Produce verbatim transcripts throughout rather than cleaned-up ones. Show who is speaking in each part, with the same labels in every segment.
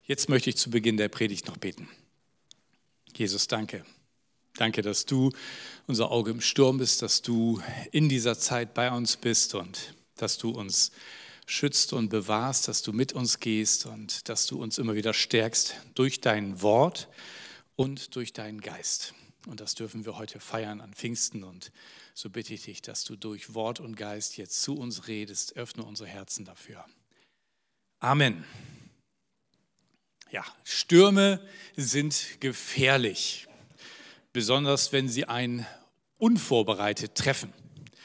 Speaker 1: Jetzt möchte ich zu Beginn der Predigt noch beten. Jesus, danke. Danke, dass du unser Auge im Sturm bist, dass du in dieser Zeit bei uns bist und dass du uns schützt und bewahrst, dass du mit uns gehst und dass du uns immer wieder stärkst durch dein Wort und durch deinen Geist. Und das dürfen wir heute feiern an Pfingsten. Und so bitte ich dich, dass du durch Wort und Geist jetzt zu uns redest. Öffne unsere Herzen dafür. Amen. Ja, Stürme sind gefährlich, besonders wenn sie einen unvorbereitet treffen.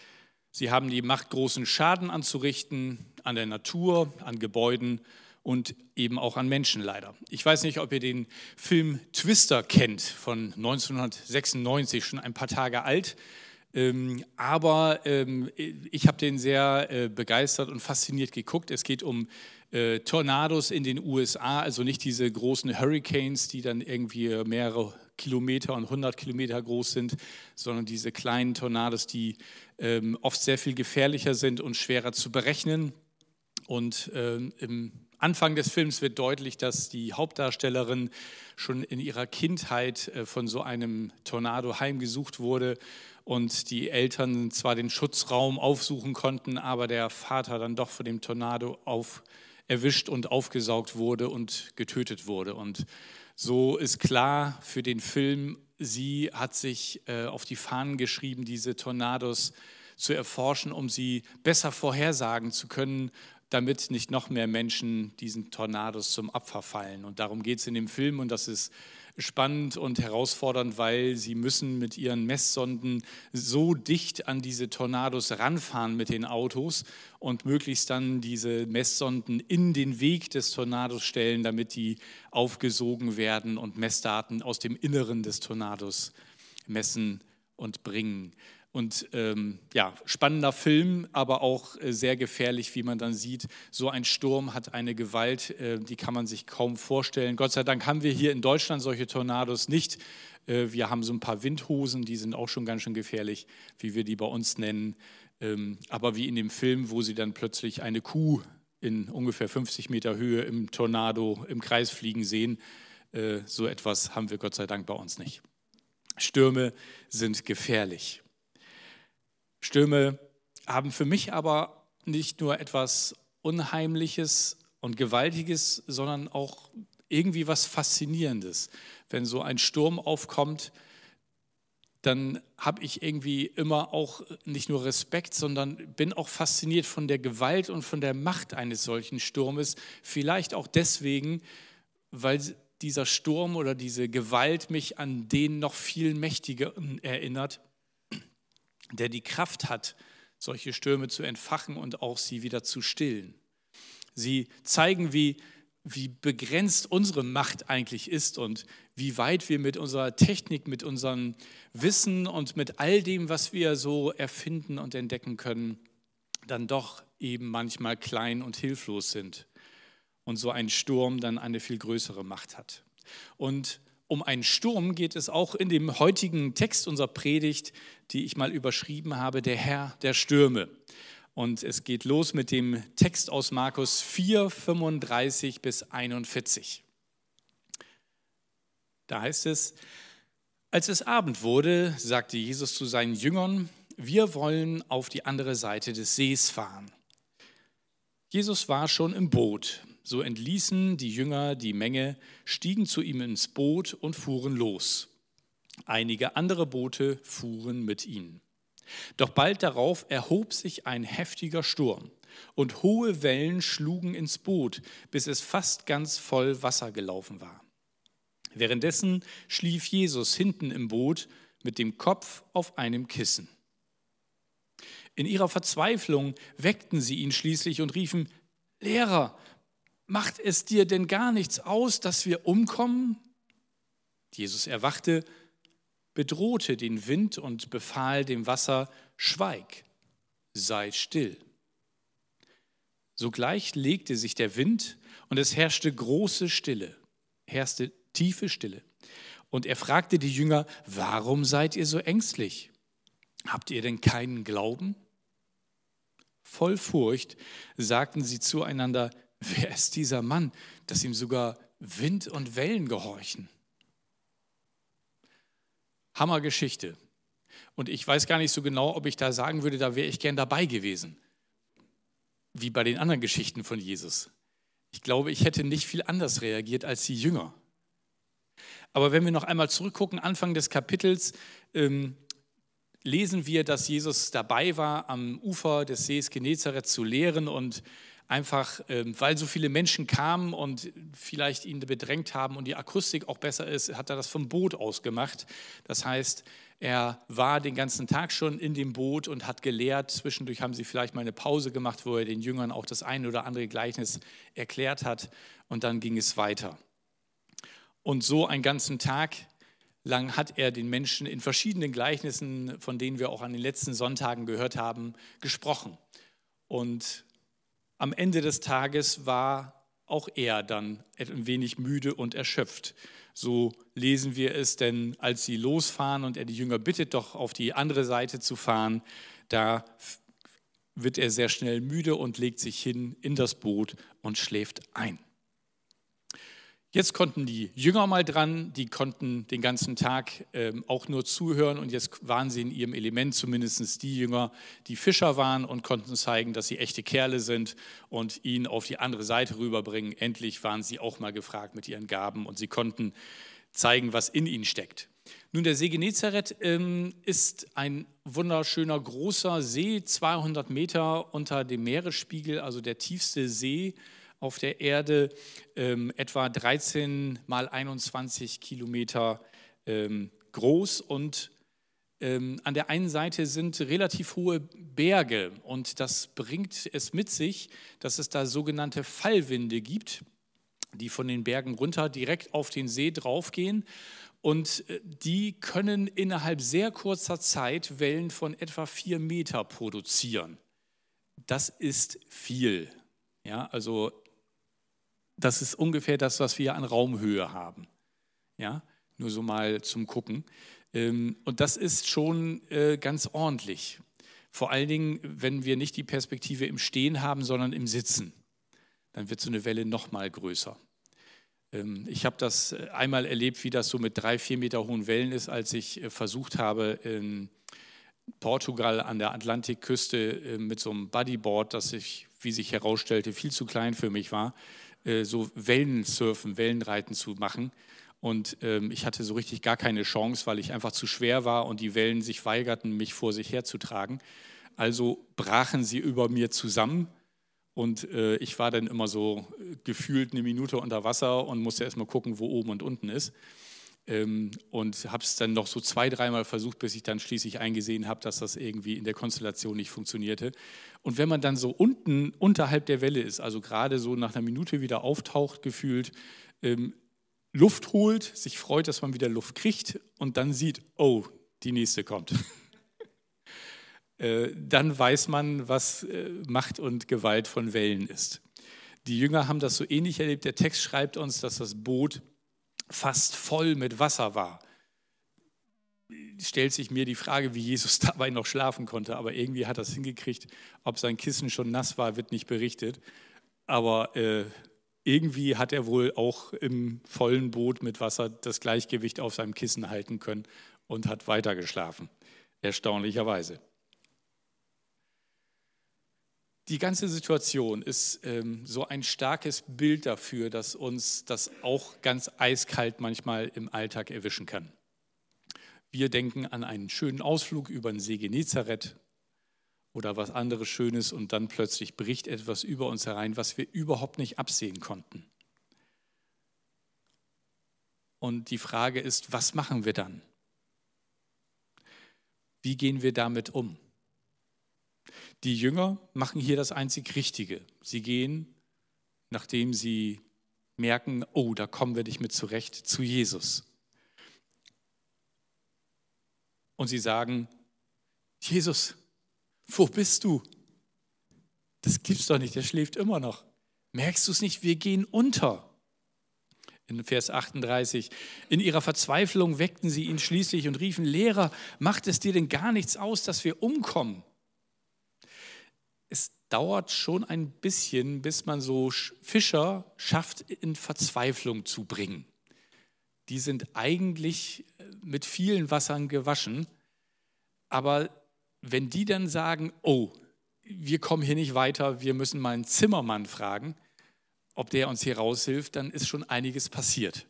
Speaker 1: Sie haben die Macht, großen Schaden anzurichten an der Natur, an Gebäuden und eben auch an Menschen leider. Ich weiß nicht, ob ihr den Film Twister kennt, von neunzehnhundertsechsundneunzig, schon ein paar Tage alt. Ähm, aber ähm, ich habe den sehr äh, begeistert und fasziniert geguckt. Es geht um äh, Tornados in den U S A, also nicht diese großen Hurricanes, die dann irgendwie mehrere Kilometer und hundert Kilometer groß sind, sondern diese kleinen Tornados, die ähm, oft sehr viel gefährlicher sind und schwerer zu berechnen. Und ähm, im Anfang des Films wird deutlich, dass die Hauptdarstellerin schon in ihrer Kindheit äh, von so einem Tornado heimgesucht wurde und die Eltern zwar den Schutzraum aufsuchen konnten, aber der Vater dann doch von dem Tornado auf, erwischt und aufgesaugt wurde und getötet wurde. Und so ist klar für den Film, sie hat sich äh, auf die Fahnen geschrieben, diese Tornados zu erforschen, um sie besser vorhersagen zu können, damit nicht noch mehr Menschen diesen Tornados zum Opfer fallen. Und darum geht es in dem Film und das ist spannend und herausfordernd, weil sie müssen mit ihren Messsonden so dicht an diese Tornados ranfahren mit den Autos und möglichst dann diese Messsonden in den Weg des Tornados stellen, damit die aufgesogen werden und Messdaten aus dem Inneren des Tornados messen und bringen. Und ähm, ja, spannender Film, aber auch äh, sehr gefährlich, wie man dann sieht. So ein Sturm hat eine Gewalt, äh, die kann man sich kaum vorstellen. Gott sei Dank haben wir hier in Deutschland solche Tornados nicht. Äh, wir haben so ein paar Windhosen, die sind auch schon ganz schön gefährlich, wie wir die bei uns nennen. Ähm, aber wie in dem Film, wo sie dann plötzlich eine Kuh in ungefähr fünfzig Meter Höhe im Tornado im Kreis fliegen sehen, äh, so etwas haben wir Gott sei Dank bei uns nicht. Stürme sind gefährlich. Stürme haben für mich aber nicht nur etwas Unheimliches und Gewaltiges, sondern auch irgendwie was Faszinierendes. Wenn so ein Sturm aufkommt, dann habe ich irgendwie immer auch nicht nur Respekt, sondern bin auch fasziniert von der Gewalt und von der Macht eines solchen Sturmes. Vielleicht auch deswegen, weil dieser Sturm oder diese Gewalt mich an den noch viel mächtigeren erinnert, der die Kraft hat, solche Stürme zu entfachen und auch sie wieder zu stillen. Sie zeigen, wie, wie begrenzt unsere Macht eigentlich ist und wie weit wir mit unserer Technik, mit unserem Wissen und mit all dem, was wir so erfinden und entdecken können, dann doch eben manchmal klein und hilflos sind und so ein Sturm dann eine viel größere Macht hat. Und um einen Sturm geht es auch in dem heutigen Text unserer Predigt, die ich mal überschrieben habe, der Herr der Stürme. Und es geht los mit dem Text aus Markus vier, fünfunddreißig bis einundvierzig. Da heißt es: Als es Abend wurde, sagte Jesus zu seinen Jüngern: Wir wollen auf die andere Seite des Sees fahren. Jesus war schon im Boot. So entließen die Jünger die Menge, stiegen zu ihm ins Boot und fuhren los. Einige andere Boote fuhren mit ihnen. Doch bald darauf erhob sich ein heftiger Sturm und hohe Wellen schlugen ins Boot, bis es fast ganz voll Wasser gelaufen war. Währenddessen schlief Jesus hinten im Boot mit dem Kopf auf einem Kissen. In ihrer Verzweiflung weckten sie ihn schließlich und riefen: Lehrer, macht es dir denn gar nichts aus, dass wir umkommen? Jesus erwachte, bedrohte den Wind und befahl dem Wasser: Schweig, sei still. Sogleich legte sich der Wind und es herrschte große Stille, herrschte tiefe Stille. Und er fragte die Jünger: Warum seid ihr so ängstlich? Habt ihr denn keinen Glauben? Voll Furcht sagten sie zueinander: Wer ist dieser Mann, dass ihm sogar Wind und Wellen gehorchen. Hammergeschichte. Und ich weiß gar nicht so genau, ob ich da sagen würde, da wäre ich gern dabei gewesen. Wie bei den anderen Geschichten von Jesus. Ich glaube, ich hätte nicht viel anders reagiert als die Jünger. Aber wenn wir noch einmal zurückgucken, Anfang des Kapitels, ähm, lesen wir, dass Jesus dabei war, am Ufer des Sees Genezareth zu lehren und einfach, ähm, weil so viele Menschen kamen und vielleicht ihn bedrängt haben und die Akustik auch besser ist, hat er das vom Boot aus gemacht. Das heißt, er war den ganzen Tag schon in dem Boot und hat gelehrt. Zwischendurch haben sie vielleicht mal eine Pause gemacht, wo er den Jüngern auch das eine oder andere Gleichnis erklärt hat und dann ging es weiter. Und so einen ganzen Tag lang hat er den Menschen in verschiedenen Gleichnissen, von denen wir auch an den letzten Sonntagen gehört haben, gesprochen. Und am Ende des Tages war auch er dann ein wenig müde und erschöpft. So lesen wir es, denn als sie losfahren und er die Jünger bittet, doch auf die andere Seite zu fahren, da wird er sehr schnell müde und legt sich hin in das Boot und schläft ein. Jetzt konnten die Jünger mal dran, die konnten den ganzen Tag ähm, auch nur zuhören und jetzt waren sie in ihrem Element, zumindest die Jünger, die Fischer waren und konnten zeigen, dass sie echte Kerle sind und ihn auf die andere Seite rüberbringen. Endlich waren sie auch mal gefragt mit ihren Gaben und sie konnten zeigen, was in ihnen steckt. Nun, der See Genezareth ähm, ist ein wunderschöner großer See, zweihundert Meter unter dem Meeresspiegel, also der tiefste See auf der Erde, ähm, etwa dreizehn mal einundzwanzig Kilometer ähm, groß und ähm, an der einen Seite sind relativ hohe Berge und das bringt es mit sich, dass es da sogenannte Fallwinde gibt, die von den Bergen runter direkt auf den See draufgehen und die können innerhalb sehr kurzer Zeit Wellen von etwa vier Meter produzieren. Das ist viel. Ja, also das ist ungefähr das, was wir an Raumhöhe haben. Ja, nur so mal zum Gucken. Und das ist schon ganz ordentlich. Vor allen Dingen, wenn wir nicht die Perspektive im Stehen haben, sondern im Sitzen. Dann wird so eine Welle noch mal größer. Ich habe das einmal erlebt, wie das so mit drei, vier Meter hohen Wellen ist, als ich versucht habe, in Portugal an der Atlantikküste mit so einem Bodyboard, das sich, wie sich herausstellte, viel zu klein für mich war, so Wellensurfen, Wellenreiten zu machen. Und ähm, ich hatte so richtig gar keine Chance, weil ich einfach zu schwer war und die Wellen sich weigerten, mich vor sich herzutragen. Also brachen sie über mir zusammen und äh, ich war dann immer so gefühlt eine Minute unter Wasser und musste erst mal gucken, wo oben und unten ist. Ähm, und habe es dann noch so zwei, dreimal versucht, bis ich dann schließlich eingesehen habe, dass das irgendwie in der Konstellation nicht funktionierte. Und wenn man dann so unten unterhalb der Welle ist, also gerade so nach einer Minute wieder auftaucht, gefühlt, ähm, Luft holt, sich freut, dass man wieder Luft kriegt und dann sieht, oh, die nächste kommt. äh, dann weiß man, was äh, Macht und Gewalt von Wellen ist. Die Jünger haben das so ähnlich erlebt. Der Text schreibt uns, dass das Boot fast voll mit Wasser war. Stellt sich mir die Frage, wie Jesus dabei noch schlafen konnte, aber irgendwie hat er es hingekriegt. Ob sein Kissen schon nass war, wird nicht berichtet. Aber äh, irgendwie hat er wohl auch im vollen Boot mit Wasser das Gleichgewicht auf seinem Kissen halten können und hat weiter geschlafen. Erstaunlicherweise. Die ganze Situation ist ähm, so ein starkes Bild dafür, dass uns das auch ganz eiskalt manchmal im Alltag erwischen kann. Wir denken an einen schönen Ausflug über den See Genezareth oder was anderes Schönes und dann plötzlich bricht etwas über uns herein, was wir überhaupt nicht absehen konnten. Und die Frage ist, was machen wir dann? Wie gehen wir damit um? Die Jünger machen hier das einzig Richtige. Sie gehen, nachdem sie merken, oh, da kommen wir nicht mit zurecht, zu Jesus. Und sie sagen, Jesus, wo bist du? Das gibt's doch nicht, der schläft immer noch. Merkst du es nicht? Wir gehen unter. In Vers achtunddreißig, in ihrer Verzweiflung weckten sie ihn schließlich und riefen, Lehrer, macht es dir denn gar nichts aus, dass wir umkommen? Es dauert schon ein bisschen, bis man so Fischer schafft, in Verzweiflung zu bringen. Die sind eigentlich mit vielen Wassern gewaschen, aber wenn die dann sagen, oh, wir kommen hier nicht weiter, wir müssen mal einen Zimmermann fragen, ob der uns hier raushilft, dann ist schon einiges passiert.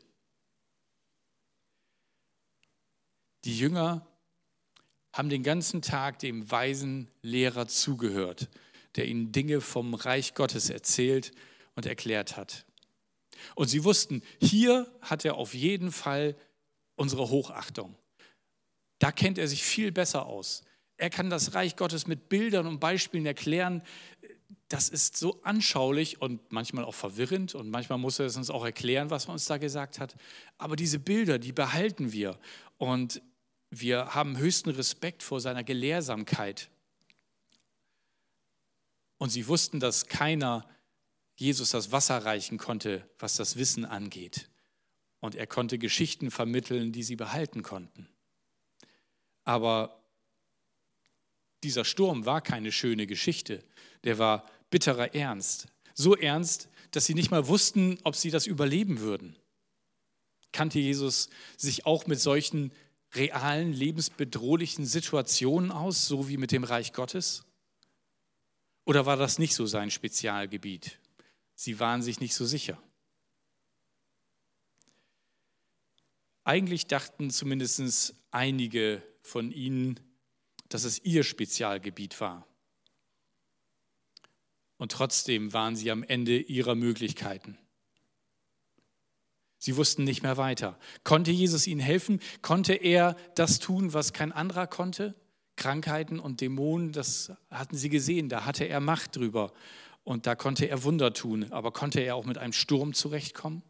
Speaker 1: Die Jünger haben den ganzen Tag dem weisen Lehrer zugehört, der ihnen Dinge vom Reich Gottes erzählt und erklärt hat. Und sie wussten, hier hat er auf jeden Fall unsere Hochachtung. Da kennt er sich viel besser aus. Er kann das Reich Gottes mit Bildern und Beispielen erklären. Das ist so anschaulich und manchmal auch verwirrend und manchmal muss er es uns auch erklären, was er uns da gesagt hat. Aber diese Bilder, die behalten wir und wir haben höchsten Respekt vor seiner Gelehrsamkeit. Und sie wussten, dass keiner Jesus das Wasser reichen konnte, was das Wissen angeht. Und er konnte Geschichten vermitteln, die sie behalten konnten. Aber dieser Sturm war keine schöne Geschichte. Der war bitterer Ernst. So ernst, dass sie nicht mal wussten, ob sie das überleben würden. Kannte Jesus sich auch mit solchen realen, lebensbedrohlichen Situationen aus, so wie mit dem Reich Gottes? Oder war das nicht so sein Spezialgebiet? Sie waren sich nicht so sicher. Eigentlich dachten zumindest einige von ihnen, dass es ihr Spezialgebiet war. Und trotzdem waren sie am Ende ihrer Möglichkeiten. Sie wussten nicht mehr weiter. Konnte Jesus ihnen helfen? Konnte er das tun, was kein anderer konnte? Krankheiten und Dämonen, das hatten sie gesehen, da hatte er Macht drüber. Und da konnte er Wunder tun. Aber konnte er auch mit einem Sturm zurechtkommen?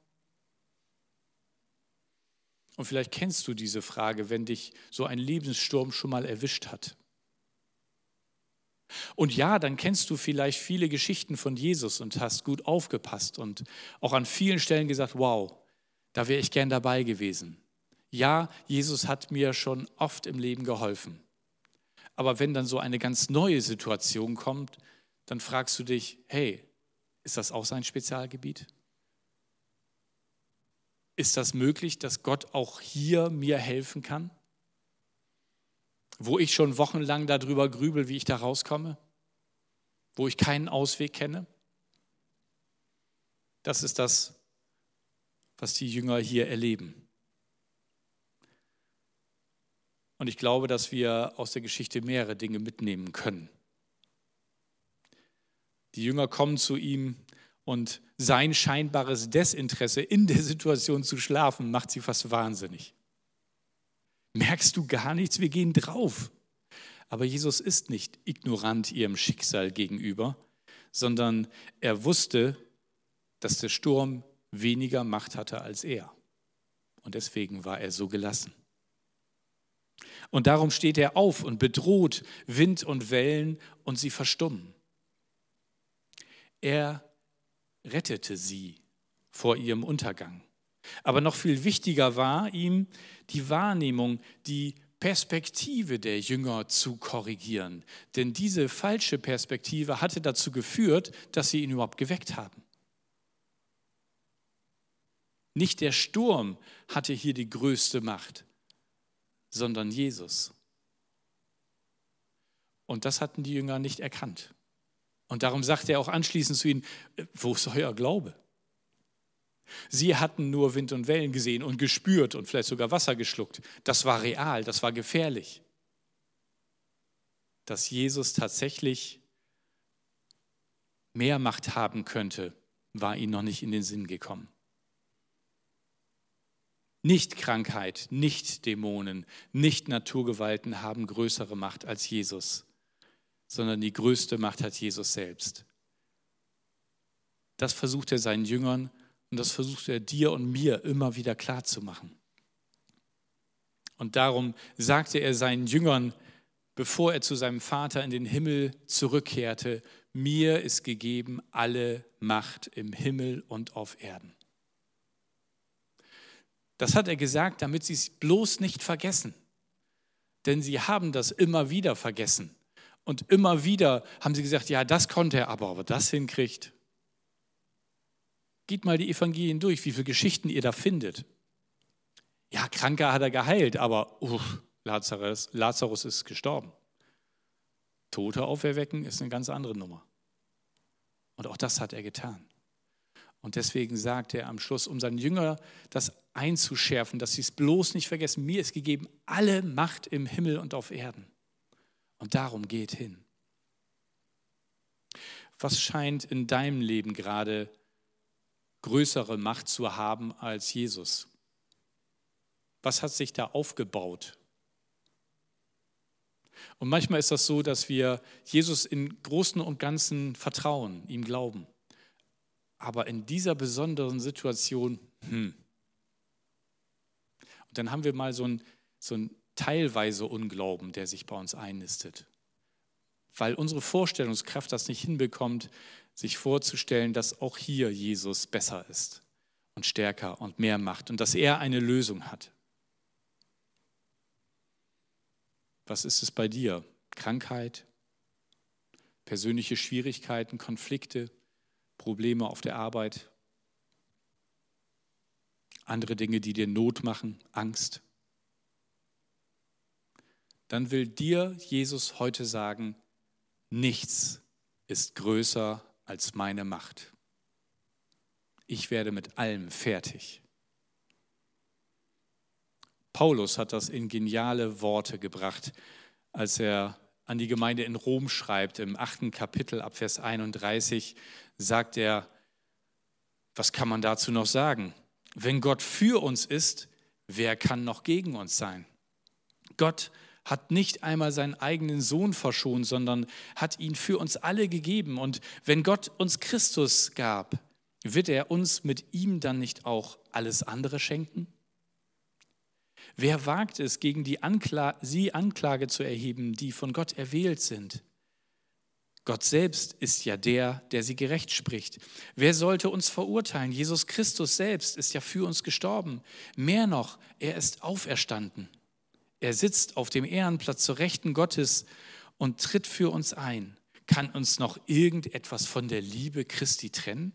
Speaker 1: Und vielleicht kennst du diese Frage, wenn dich so ein Lebenssturm schon mal erwischt hat. Und ja, dann kennst du vielleicht viele Geschichten von Jesus und hast gut aufgepasst und auch an vielen Stellen gesagt, wow, da wäre ich gern dabei gewesen. Ja, Jesus hat mir schon oft im Leben geholfen. Aber wenn dann so eine ganz neue Situation kommt, dann fragst du dich, hey, ist das auch sein Spezialgebiet? Ist das möglich, dass Gott auch hier mir helfen kann? Wo ich schon wochenlang darüber grübel, wie ich da rauskomme? Wo ich keinen Ausweg kenne? Das ist das, was die Jünger hier erleben. Und ich glaube, dass wir aus der Geschichte mehrere Dinge mitnehmen können. Die Jünger kommen zu ihm und sein scheinbares Desinteresse in der Situation zu schlafen, macht sie fast wahnsinnig. Merkst du gar nichts? Wir gehen drauf. Aber Jesus ist nicht ignorant ihrem Schicksal gegenüber, sondern er wusste, dass der Sturm weniger Macht hatte als er. Und deswegen war er so gelassen. Und darum steht er auf und bedroht Wind und Wellen und sie verstummen. Er rettete sie vor ihrem Untergang. Aber noch viel wichtiger war ihm die Wahrnehmung, die Perspektive der Jünger zu korrigieren. Denn diese falsche Perspektive hatte dazu geführt, dass sie ihn überhaupt geweckt haben. Nicht der Sturm hatte hier die größte Macht, sondern Jesus. Und das hatten die Jünger nicht erkannt. Und darum sagte er auch anschließend zu ihnen, wo ist euer Glaube? Sie hatten nur Wind und Wellen gesehen und gespürt und vielleicht sogar Wasser geschluckt. Das war real, das war gefährlich. Dass Jesus tatsächlich mehr Macht haben könnte, war ihnen noch nicht in den Sinn gekommen. Nicht Krankheit, nicht Dämonen, nicht Naturgewalten haben größere Macht als Jesus, sondern die größte Macht hat Jesus selbst. Das versucht er seinen Jüngern und das versucht er dir und mir immer wieder klarzumachen. Und darum sagte er seinen Jüngern, bevor er zu seinem Vater in den Himmel zurückkehrte, mir ist gegeben alle Macht im Himmel und auf Erden. Das hat er gesagt, damit sie es bloß nicht vergessen. Denn sie haben das immer wieder vergessen. Und immer wieder haben sie gesagt, ja, das konnte er aber, aber das hinkriegt. Geht mal die Evangelien durch, wie viele Geschichten ihr da findet. Ja, Kranker hat er geheilt, aber uh, Lazarus, Lazarus ist gestorben. Tote auferwecken ist eine ganz andere Nummer. Und auch das hat er getan. Und deswegen sagt er am Schluss, um seinen Jünger das einzuschärfen, dass sie es bloß nicht vergessen, mir ist gegeben alle Macht im Himmel und auf Erden. Und darum geht hin. Was scheint in deinem Leben gerade größere Macht zu haben als Jesus? Was hat sich da aufgebaut? Und manchmal ist das so, dass wir Jesus im Großen und Ganzen vertrauen, ihm glauben. Aber in dieser besonderen Situation, hm. Und dann haben wir mal so ein, so ein teilweise Unglauben, der sich bei uns einnistet. Weil unsere Vorstellungskraft das nicht hinbekommt, sich vorzustellen, dass auch hier Jesus besser ist und stärker und mehr macht und dass er eine Lösung hat. Was ist es bei dir? Krankheit, persönliche Schwierigkeiten, Konflikte, Probleme auf der Arbeit, andere Dinge, die dir Not machen, Angst. Dann will dir Jesus heute sagen, nichts ist größer als meine Macht. Ich werde mit allem fertig. Paulus hat das in geniale Worte gebracht, als er an die Gemeinde in Rom schreibt, im achten Kapitel ab Vers einunddreißig, sagt er, was kann man dazu noch sagen? Wenn Gott für uns ist, wer kann noch gegen uns sein? Gott hat nicht einmal seinen eigenen Sohn verschont, sondern hat ihn für uns alle gegeben. Und wenn Gott uns Christus gab, wird er uns mit ihm dann nicht auch alles andere schenken? Wer wagt es, gegen die Ankla- sie Anklage zu erheben, die von Gott erwählt sind? Gott selbst ist ja der, der sie gerecht spricht. Wer sollte uns verurteilen? Jesus Christus selbst ist ja für uns gestorben. Mehr noch, er ist auferstanden. Er sitzt auf dem Ehrenplatz zur Rechten Gottes und tritt für uns ein. Kann uns noch irgendetwas von der Liebe Christi trennen?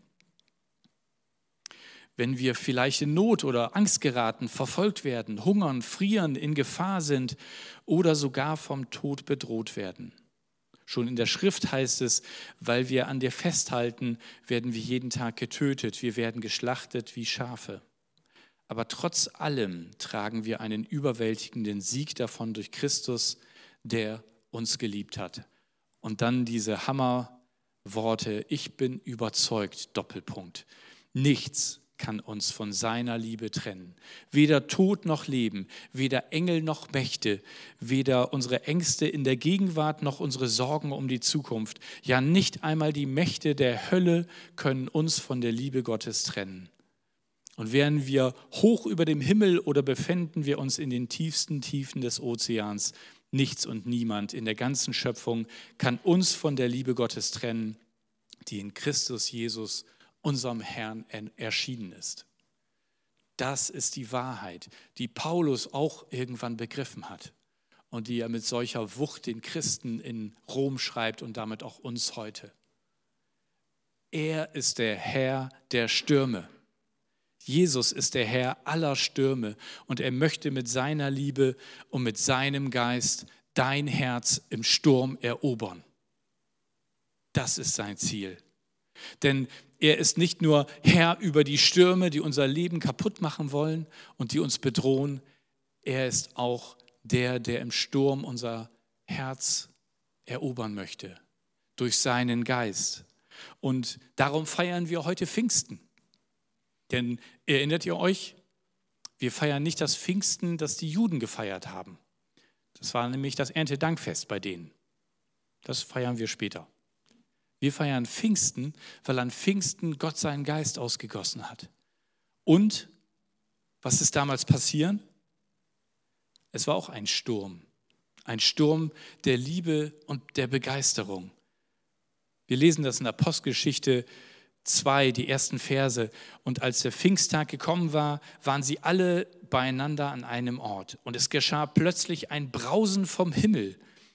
Speaker 1: Wenn wir vielleicht in Not oder Angst geraten, verfolgt werden, hungern, frieren, in Gefahr sind oder sogar vom Tod bedroht werden. Schon in der Schrift heißt es, weil wir an dir festhalten, werden wir jeden Tag getötet, wir werden geschlachtet wie Schafe. Aber trotz allem tragen wir einen überwältigenden Sieg davon durch Christus, der uns geliebt hat. Und dann diese Hammerworte, ich bin überzeugt, Doppelpunkt. Nichts kann uns von seiner Liebe trennen. Weder Tod noch Leben, weder Engel noch Mächte, weder unsere Ängste in der Gegenwart noch unsere Sorgen um die Zukunft. Ja, nicht einmal die Mächte der Hölle können uns von der Liebe Gottes trennen. Und wären wir hoch über dem Himmel oder befänden wir uns in den tiefsten Tiefen des Ozeans, nichts und niemand in der ganzen Schöpfung kann uns von der Liebe Gottes trennen, die in Christus Jesus, unserem Herrn, erschienen ist. Das ist die Wahrheit, die Paulus auch irgendwann begriffen hat und die er mit solcher Wucht den Christen in Rom schreibt und damit auch uns heute. Er ist der Herr der Stürme. Jesus ist der Herr aller Stürme und er möchte mit seiner Liebe und mit seinem Geist dein Herz im Sturm erobern. Das ist sein Ziel. Denn er ist nicht nur Herr über die Stürme, die unser Leben kaputt machen wollen und die uns bedrohen. Er ist auch der, der im Sturm unser Herz erobern möchte, durch seinen Geist. Und darum feiern wir heute Pfingsten. Denn erinnert ihr euch, wir feiern nicht das Pfingsten, das die Juden gefeiert haben. Das war nämlich das Erntedankfest bei denen. Das feiern wir später. Wir feiern Pfingsten, weil an Pfingsten Gott seinen Geist ausgegossen hat. Und was ist damals passiert? Es war auch ein Sturm. Ein Sturm der Liebe und der Begeisterung. Wir lesen das in Apostelgeschichte zwei, die ersten Verse. Und als der Pfingsttag gekommen war, waren sie alle beieinander an einem Ort. Und es geschah plötzlich ein Brausen vom Himmel,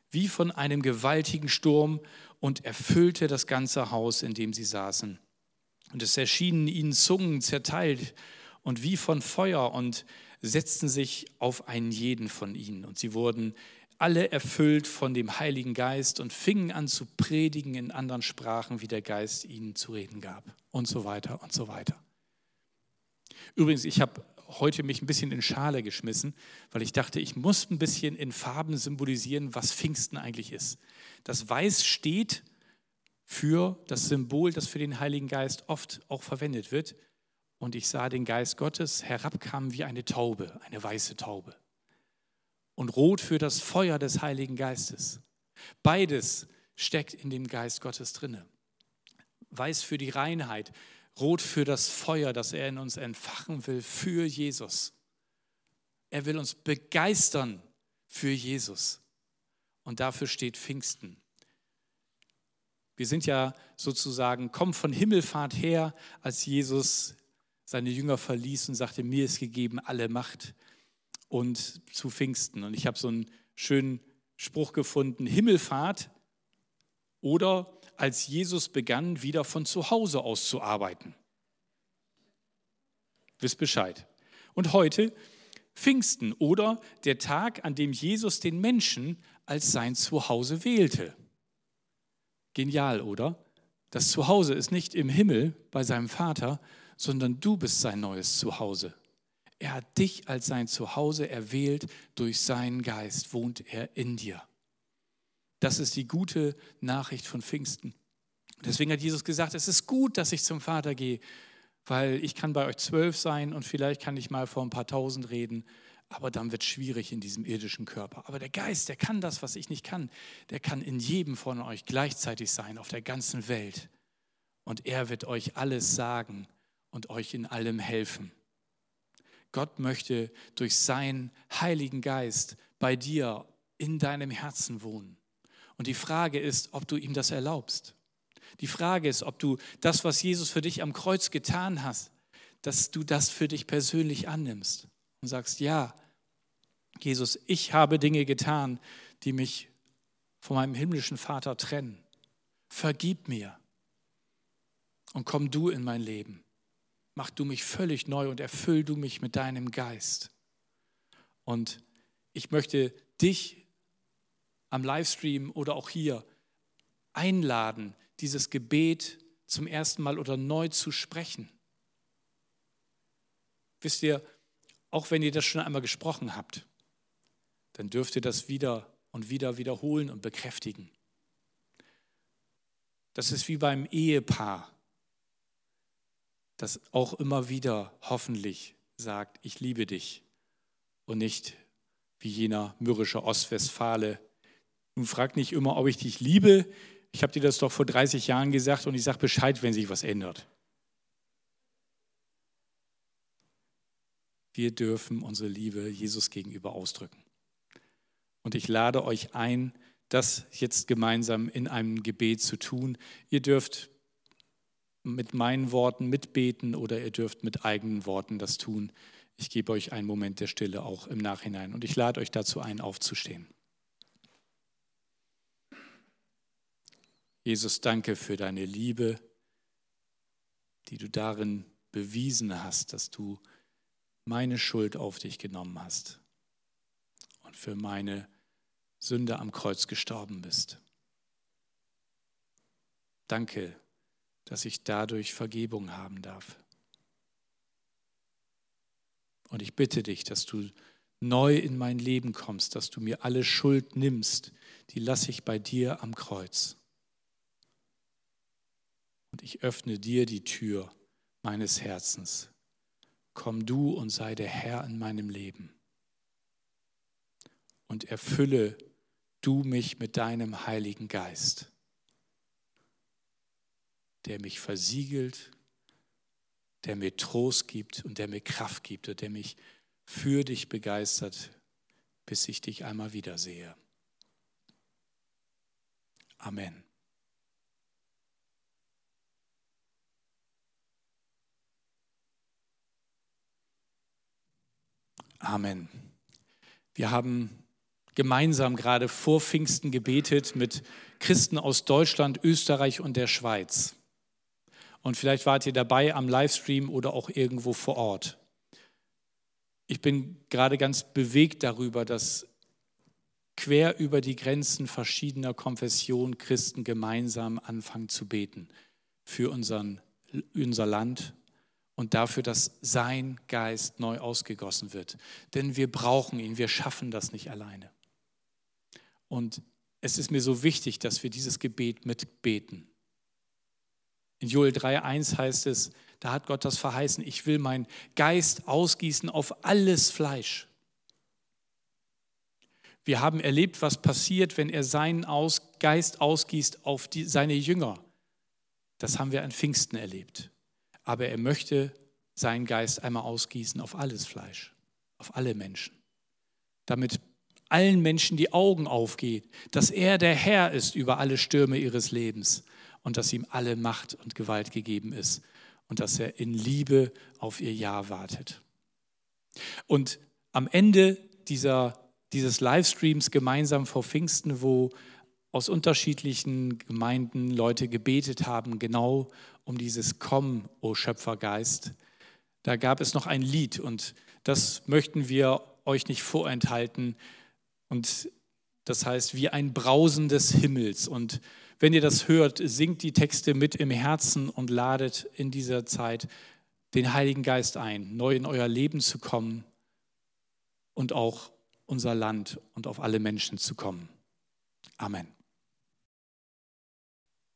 Speaker 1: wie von einem gewaltigen Sturm und erfüllte das ganze Haus, in dem sie saßen. Und es erschienen ihnen Zungen zerteilt und wie von Feuer und setzten sich auf einen jeden von ihnen. Und sie wurden alle erfüllt von dem Heiligen Geist und fingen an zu predigen in anderen Sprachen, wie der Geist ihnen zu reden gab. Und so weiter und so weiter. Übrigens, ich habe heute mich ein bisschen in Schale geschmissen, weil ich dachte, ich muss ein bisschen in Farben symbolisieren, was Pfingsten eigentlich ist. Das Weiß steht für das Symbol, das für den Heiligen Geist oft auch verwendet wird. Und ich sah den Geist Gottes herabkamen wie eine Taube, eine weiße Taube. Und Rot für das Feuer des Heiligen Geistes. Beides steckt in dem Geist Gottes drinne. Weiß für die Reinheit, Rot für das Feuer, das er in uns entfachen will für Jesus. Er will uns begeistern für Jesus. Und dafür steht Pfingsten. Wir sind ja sozusagen, kommen von Himmelfahrt her, als Jesus seine Jünger verließ und sagte, mir ist gegeben alle Macht und zu Pfingsten. Und ich habe so einen schönen Spruch gefunden, Himmelfahrt oder als Jesus begann, wieder von zu Hause aus zu arbeiten. Wisst Bescheid. Und heute Pfingsten oder der Tag, an dem Jesus den Menschen als sein Zuhause wählte. Genial, oder? Das Zuhause ist nicht im Himmel bei seinem Vater, sondern du bist sein neues Zuhause. Er hat dich als sein Zuhause erwählt, durch seinen Geist wohnt er in dir. Das ist die gute Nachricht von Pfingsten. Deswegen hat Jesus gesagt, es ist gut, dass ich zum Vater gehe, weil ich kann bei euch zwölf sein und vielleicht kann ich mal vor ein paar Tausend reden, aber dann wird es schwierig in diesem irdischen Körper. Aber der Geist, der kann das, was ich nicht kann. Der kann in jedem von euch gleichzeitig sein, auf der ganzen Welt. Und er wird euch alles sagen und euch in allem helfen. Gott möchte durch seinen Heiligen Geist bei dir in deinem Herzen wohnen. Und die Frage ist, ob du ihm das erlaubst. Die Frage ist, ob du das, was Jesus für dich am Kreuz getan hast, dass du das für dich persönlich annimmst und sagst, ja, Jesus, ich habe Dinge getan, die mich von meinem himmlischen Vater trennen. Vergib mir und komm du in mein Leben. Mach du mich völlig neu und erfüll du mich mit deinem Geist. Und ich möchte dich am Livestream oder auch hier einladen, dieses Gebet zum ersten Mal oder neu zu sprechen. Wisst ihr, auch wenn ihr das schon einmal gesprochen habt, dann dürft ihr das wieder und wieder wiederholen und bekräftigen. Das ist wie beim Ehepaar, das auch immer wieder hoffentlich sagt, ich liebe dich und nicht wie jener mürrische Ostwestfale. Nun frag nicht immer, ob ich dich liebe. Ich habe dir das doch vor dreißig Jahren gesagt und ich sage Bescheid, wenn sich was ändert. Wir dürfen unsere Liebe Jesus gegenüber ausdrücken. Und ich lade euch ein, das jetzt gemeinsam in einem Gebet zu tun. Ihr dürft mit meinen Worten mitbeten oder ihr dürft mit eigenen Worten das tun. Ich gebe euch einen Moment der Stille auch im Nachhinein und ich lade euch dazu ein, aufzustehen. Jesus, danke für deine Liebe, die du darin bewiesen hast, dass du meine Schuld auf dich genommen hast und für meine Sünde am Kreuz gestorben bist. Danke, dass ich dadurch Vergebung haben darf. Und ich bitte dich, dass du neu in mein Leben kommst, dass du mir alle Schuld nimmst, die lasse ich bei dir am Kreuz. Und ich öffne dir die Tür meines Herzens. Komm du und sei der Herr in meinem Leben. Und erfülle du mich mit deinem Heiligen Geist, der mich versiegelt, der mir Trost gibt und der mir Kraft gibt und der mich für dich begeistert, bis ich dich einmal wiedersehe. Amen. Amen. Wir haben gemeinsam gerade vor Pfingsten gebetet mit Christen aus Deutschland, Österreich und der Schweiz. Und vielleicht wart ihr dabei am Livestream oder auch irgendwo vor Ort. Ich bin gerade ganz bewegt darüber, dass quer über die Grenzen verschiedener Konfessionen Christen gemeinsam anfangen zu beten für unseren, unser Land und dafür, dass sein Geist neu ausgegossen wird. Denn wir brauchen ihn, wir schaffen das nicht alleine. Und es ist mir so wichtig, dass wir dieses Gebet mitbeten. In Joel drei eins heißt es, da hat Gott das verheißen, ich will meinen Geist ausgießen auf alles Fleisch. Wir haben erlebt, was passiert, wenn er seinen Aus, Geist ausgießt auf die, seine Jünger. Das haben wir an Pfingsten erlebt. Aber er möchte seinen Geist einmal ausgießen auf alles Fleisch, auf alle Menschen. Damit allen Menschen die Augen aufgeht, dass er der Herr ist über alle Stürme ihres Lebens und dass ihm alle Macht und Gewalt gegeben ist und dass er in Liebe auf ihr Ja wartet. Und am Ende dieser, dieses Livestreams gemeinsam vor Pfingsten, wo aus unterschiedlichen Gemeinden Leute gebetet haben, genau um dieses Komm, o Schöpfergeist, da gab es noch ein Lied und das möchten wir euch nicht vorenthalten. Und das heißt, wie ein Brausen des Himmels. Und wenn ihr das hört, singt die Texte mit im Herzen und ladet in dieser Zeit den Heiligen Geist ein, neu in euer Leben zu kommen und auch unser Land und auf alle Menschen zu kommen. Amen.